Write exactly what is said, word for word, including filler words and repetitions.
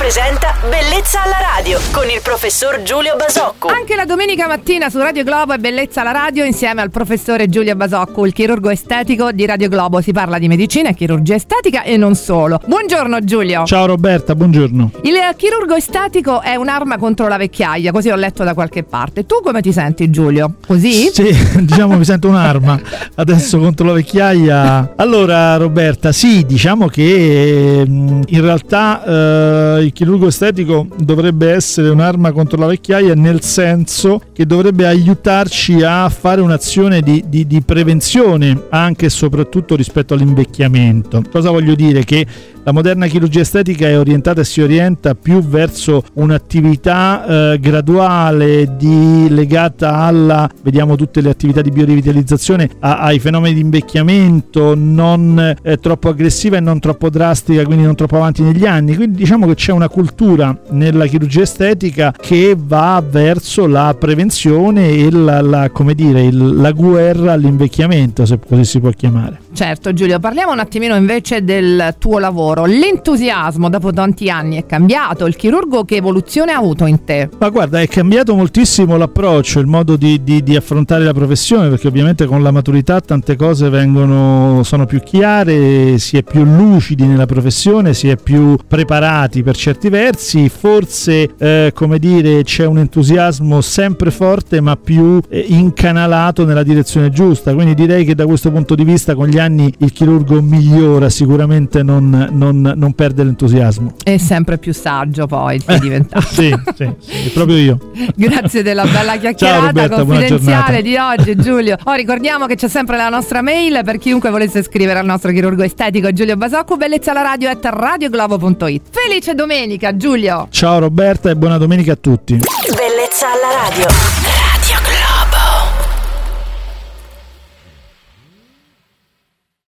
presenta Bellezza alla radio con il professor Giulio Basocco. Anche la domenica mattina su Radio Globo è Bellezza alla radio insieme al professore Giulio Basocco, il chirurgo estetico di Radio Globo. Si parla di medicina e chirurgia estetica e non solo. Buongiorno Giulio. Ciao Roberta, buongiorno. Il chirurgo estetico è un'arma contro la vecchiaia, così ho letto da qualche parte. Tu come ti senti, Giulio? Così? Sì, diciamo mi sento un'arma adesso contro la vecchiaia. Allora Roberta, sì, diciamo che in realtà eh, il chirurgo estetico dovrebbe essere un'arma contro la vecchiaia, nel senso che dovrebbe aiutarci a fare un'azione di, di, di prevenzione anche e soprattutto rispetto all'invecchiamento. Cosa voglio dire? Che la moderna chirurgia estetica è orientata e si orienta più verso un'attività eh, graduale di, legata alla, vediamo tutte le attività di biorivitalizzazione, a, ai fenomeni di invecchiamento, non eh, troppo aggressiva e non troppo drastica, quindi non troppo avanti negli anni. Quindi diciamo che c'è una cultura nella chirurgia estetica che va verso la prevenzione e la, la, come dire, il, la guerra all'invecchiamento, se così si può chiamare. Certo Giulio, parliamo un attimino invece del tuo lavoro. L'entusiasmo dopo tanti anni è cambiato, il chirurgo che evoluzione ha avuto in te? Ma guarda, è cambiato moltissimo l'approccio, il modo di, di, di affrontare la professione, perché ovviamente con la maturità tante cose vengono, sono più chiare, si è più lucidi nella professione, si è più preparati per certi versi, forse eh, come dire c'è un entusiasmo sempre forte ma più eh, incanalato nella direzione giusta, quindi direi che da questo punto di vista con gli anni il chirurgo migliora, sicuramente non, non, non perde l'entusiasmo. È sempre più saggio poi sei diventato. sì, sì, sì, proprio io. Grazie della bella chiacchierata. Ciao Roberta, confidenziale di oggi Giulio. Oh, ricordiamo che c'è sempre la nostra mail per chiunque volesse scrivere al nostro chirurgo estetico Giulio Basocco, bellezza alla radio at radioglobo punto it. Felice domenica Giulio. Ciao Roberta e buona domenica a tutti. Bellezza alla radio.